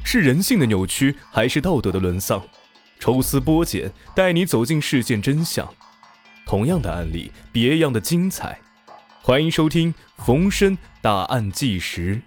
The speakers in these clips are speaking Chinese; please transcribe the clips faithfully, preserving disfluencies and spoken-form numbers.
是人性的扭曲，还是道德的沦丧？抽丝剥茧，带你走进事件真相。同样的案例，别样的精彩。欢迎收听冯生大案纪实。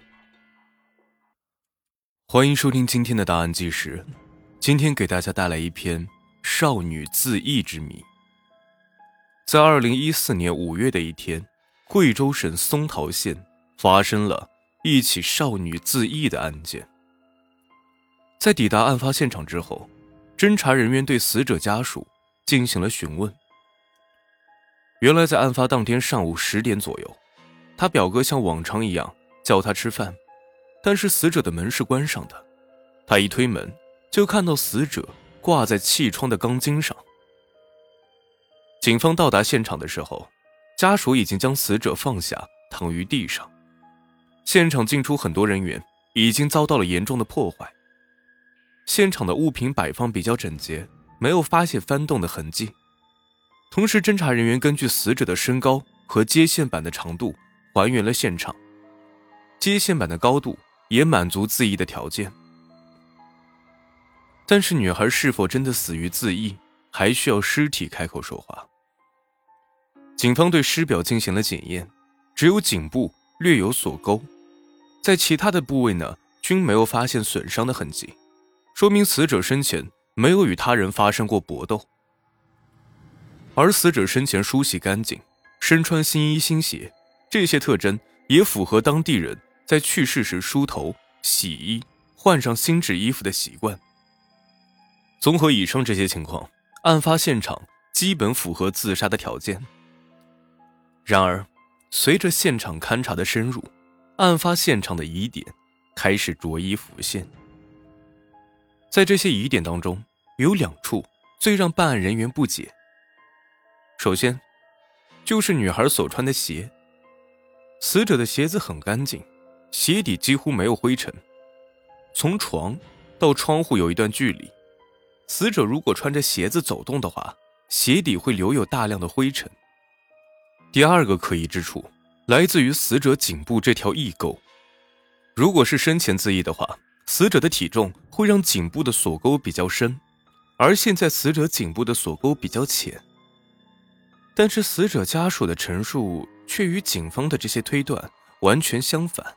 欢迎收听今天的大案纪实。今天给大家带来一篇少女自缢之谜。在二零一四年五月的一天，贵州省松桃县发生了一起少女自缢的案件。在抵达案发现场之后，侦查人员对死者家属进行了询问。原来在案发当天上午十点左右，他表哥像往常一样叫他吃饭，但是死者的门是关上的。他一推门，就看到死者挂在气窗的钢筋上。警方到达现场的时候，家属已经将死者放下，躺于地上。现场进出很多人员，已经遭到了严重的破坏。现场的物品摆放比较整洁，没有发现翻动的痕迹。同时，侦查人员根据死者的身高和接线板的长度还原了现场，接线板的高度也满足自缢的条件。但是女孩是否真的死于自缢，还需要尸体开口说话。警方对尸表进行了检验，只有颈部略有锁钩，在其他的部位呢，均没有发现损伤的痕迹，说明死者生前没有与他人发生过搏斗。而死者生前梳洗干净，身穿新衣新鞋，这些特征也符合当地人在去世时梳头、洗衣、换上新制衣服的习惯。综合以上这些情况，案发现场基本符合自杀的条件。然而，随着现场勘查的深入，案发现场的疑点开始逐一浮现。在这些疑点当中，有两处最让办案人员不解。首先，就是女孩所穿的鞋。死者的鞋子很干净，鞋底几乎没有灰尘。从床到窗户有一段距离，死者如果穿着鞋子走动的话，鞋底会留有大量的灰尘。第二个可疑之处来自于死者颈部这条异沟。如果是生前自缢的话，死者的体重会让颈部的锁沟比较深，而现在死者颈部的锁沟比较浅。但是死者家属的陈述却与警方的这些推断完全相反。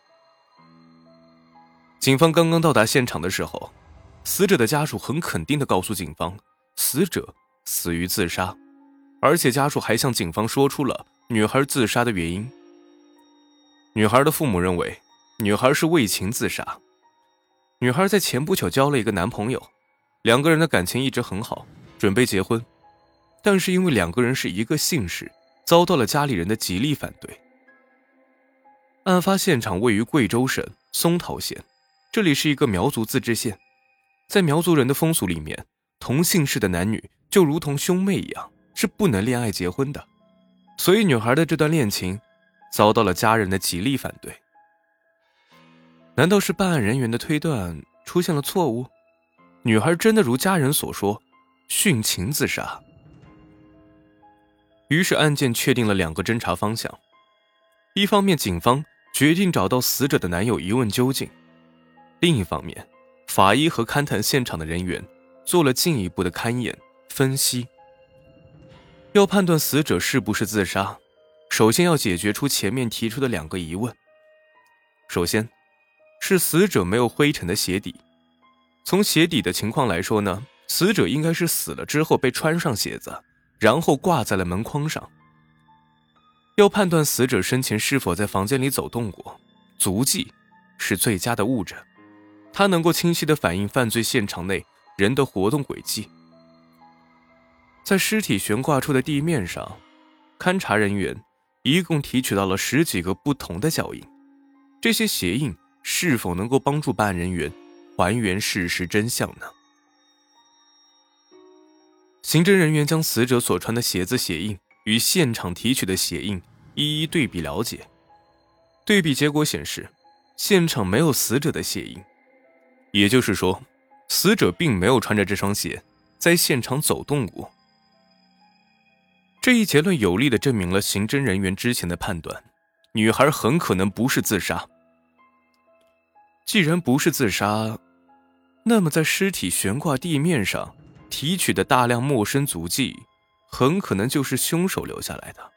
警方刚刚到达现场的时候，死者的家属很肯定地告诉警方，死者死于自杀，而且家属还向警方说出了女孩自杀的原因。女孩的父母认为，女孩是为情自杀。女孩在前不久交了一个男朋友，两个人的感情一直很好，准备结婚。但是因为两个人是一个姓氏，遭到了家里人的极力反对。案发现场位于贵州省松桃县，这里是一个苗族自治县。在苗族人的风俗里面，同姓氏的男女就如同兄妹一样，是不能恋爱结婚的。所以女孩的这段恋情遭到了家人的极力反对。难道是办案人员的推断出现了错误？女孩真的如家人所说，殉情自杀？于是案件确定了两个侦查方向。一方面，警方决定找到死者的男友一问究竟；另一方面，法医和勘探现场的人员做了进一步的勘验分析。要判断死者是不是自杀，首先要解决出前面提出的两个疑问。首先，是死者没有灰尘的鞋底。从鞋底的情况来说呢，死者应该是死了之后被穿上鞋子，然后挂在了门框上。要判断死者生前是否在房间里走动过，足迹是最佳的物证，它能够清晰地反映犯罪现场内人的活动轨迹。在尸体悬挂处的地面上，勘查人员一共提取到了十几个不同的脚印，这些鞋印是否能够帮助办案人员还原事实真相呢？刑侦人员将死者所穿的鞋子鞋印与现场提取的鞋印一一对比了解。对比结果显示，现场没有死者的鞋印，也就是说，死者并没有穿着这双鞋在现场走动过。这一结论有力地证明了刑侦人员之前的判断，女孩很可能不是自杀。既然不是自杀， 那么在尸体悬挂地面上提取的大量陌生足迹，很可能就是凶手留下来的。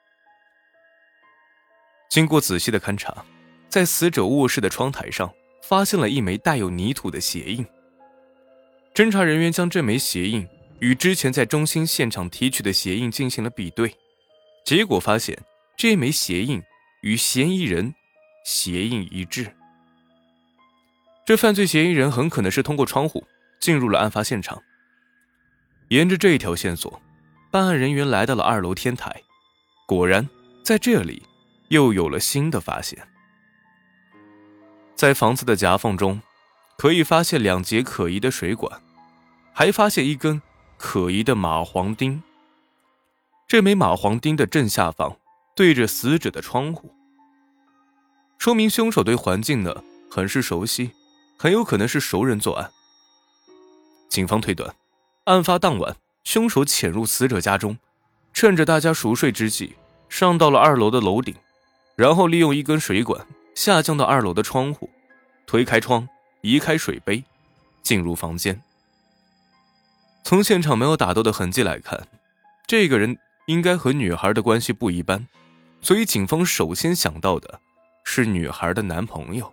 经过仔细的勘察，在死者卧室的窗台上发现了一枚带有泥土的鞋印。侦查人员将这枚鞋印与之前在中心现场提取的鞋印进行了比对，结果发现这枚鞋印与嫌疑人鞋印一致。这犯罪嫌疑人很可能是通过窗户进入了案发现场。沿着这条线索，办案人员来到了二楼天台，果然在这里又有了新的发现。在房子的夹缝中，可以发现两节可疑的水管，还发现一根可疑的蚂黄钉。这枚蚂黄钉的正下方对着死者的窗户，说明凶手对环境呢很是熟悉，很有可能是熟人作案。警方推断，案发当晚，凶手潜入死者家中，趁着大家熟睡之际，上到了二楼的楼顶，然后利用一根水管下降到二楼的窗户，推开窗，移开水杯，进入房间。从现场没有打斗的痕迹来看，这个人应该和女孩的关系不一般，所以警方首先想到的是女孩的男朋友。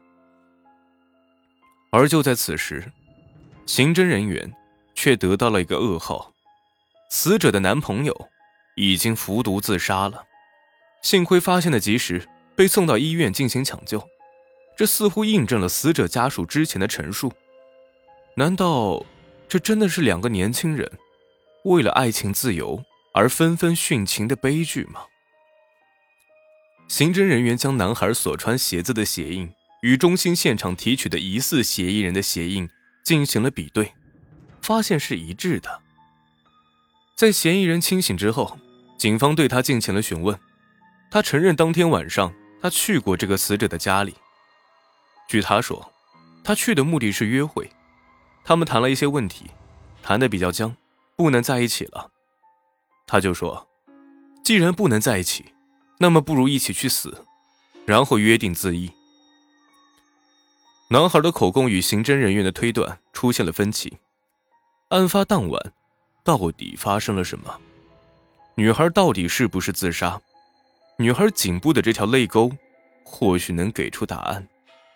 而就在此时，刑侦人员却得到了一个噩耗，死者的男朋友已经服毒自杀了，幸亏发现的及时，被送到医院进行抢救。这似乎印证了死者家属之前的陈述。难道这真的是两个年轻人为了爱情自由而纷纷殉情的悲剧吗？刑侦人员将男孩所穿鞋子的鞋印与中心现场提取的疑似嫌疑人的鞋印进行了比对，发现是一致的。在嫌疑人清醒之后，警方对他进行了询问，他承认当天晚上他去过这个死者的家里。据他说，他去的目的是约会，他们谈了一些问题，谈得比较僵，不能在一起了。他就说，既然不能在一起，那么不如一起去死，然后约定自缢。男孩的口供与刑侦人员的推断出现了分歧。案发当晚到底发生了什么？女孩到底是不是自杀？女孩颈部的这条泪沟或许能给出答案。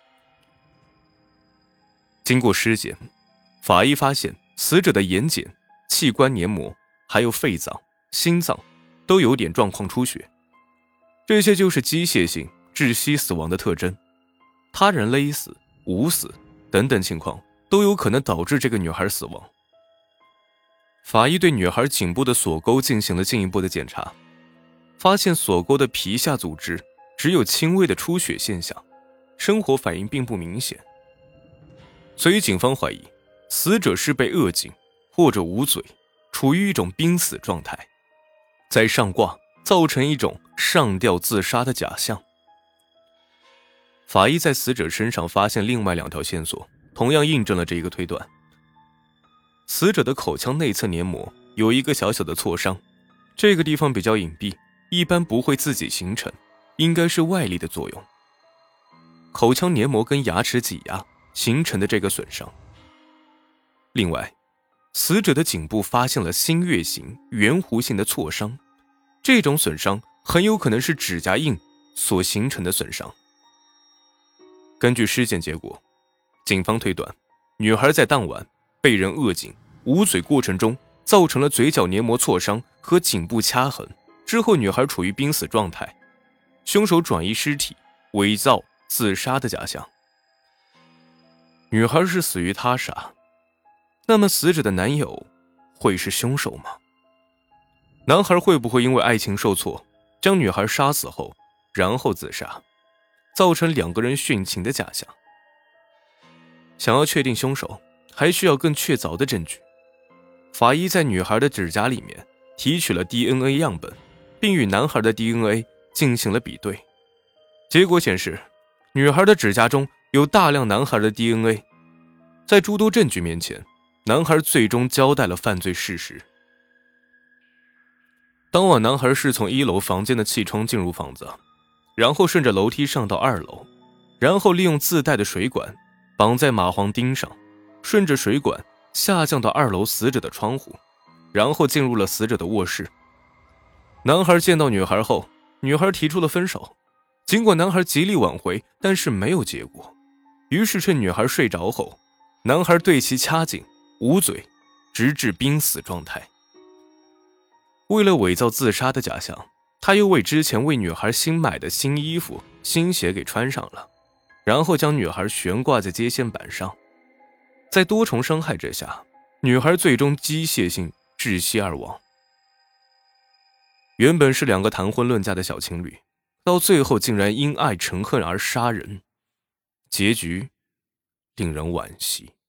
经过尸检，法医发现死者的眼睑、器官黏膜还有肺脏、心脏都有点状况出血，这些就是机械性窒息死亡的特征。他人勒死、捂死等等情况都有可能导致这个女孩死亡。法医对女孩颈部的锁沟进行了进一步的检查，发现锁沟的皮下组织只有轻微的出血现象，生活反应并不明显。所以警方怀疑死者是被扼颈或者捂嘴，处于一种濒死状态，在上挂造成一种上吊自杀的假象。法医在死者身上发现另外两条线索，同样印证了这一个推断。死者的口腔内侧黏膜有一个小小的挫伤，这个地方比较隐蔽，一般不会自己形成，应该是外力的作用。口腔黏膜跟牙齿挤压形成的这个损伤。另外，死者的颈部发现了新月形、圆弧形的挫伤，这种损伤很有可能是指甲印所形成的损伤。根据尸检结果，警方推断，女孩在当晚被人扼颈、捂嘴过程中造成了嘴角黏膜挫伤和颈部掐痕，之后女孩处于濒死状态，凶手转移尸体，伪造自杀的假象。女孩是死于他杀，那么死者的男友会是凶手吗？男孩会不会因为爱情受挫，将女孩杀死后，然后自杀，造成两个人殉情的假象？想要确定凶手，还需要更确凿的证据。法医在女孩的指甲里面提取了 D N A 样本，并与男孩的 D N A 进行了比对，结果显示，女孩的指甲中有大量男孩的 D N A。 在诸多证据面前，男孩最终交代了犯罪事实。当晚男孩是从一楼房间的气窗进入房子，然后顺着楼梯上到二楼，然后利用自带的水管绑在蚂黄钉上， 顺着水管下降到二楼死者的窗户，然后进入了死者的卧室。男孩见到女孩后，女孩提出了分手。尽管男孩极力挽回，但是没有结果。于是趁女孩睡着后，男孩对其掐颈捂嘴，直至濒死状态。为了伪造自杀的假象，他又为之前为女孩新买的新衣服、新鞋给穿上了，然后将女孩悬挂在接线板上。在多重伤害之下，女孩最终机械性窒息而亡。原本是两个谈婚论嫁的小情侣，到最后竟然因爱成恨而杀人，结局令人惋惜。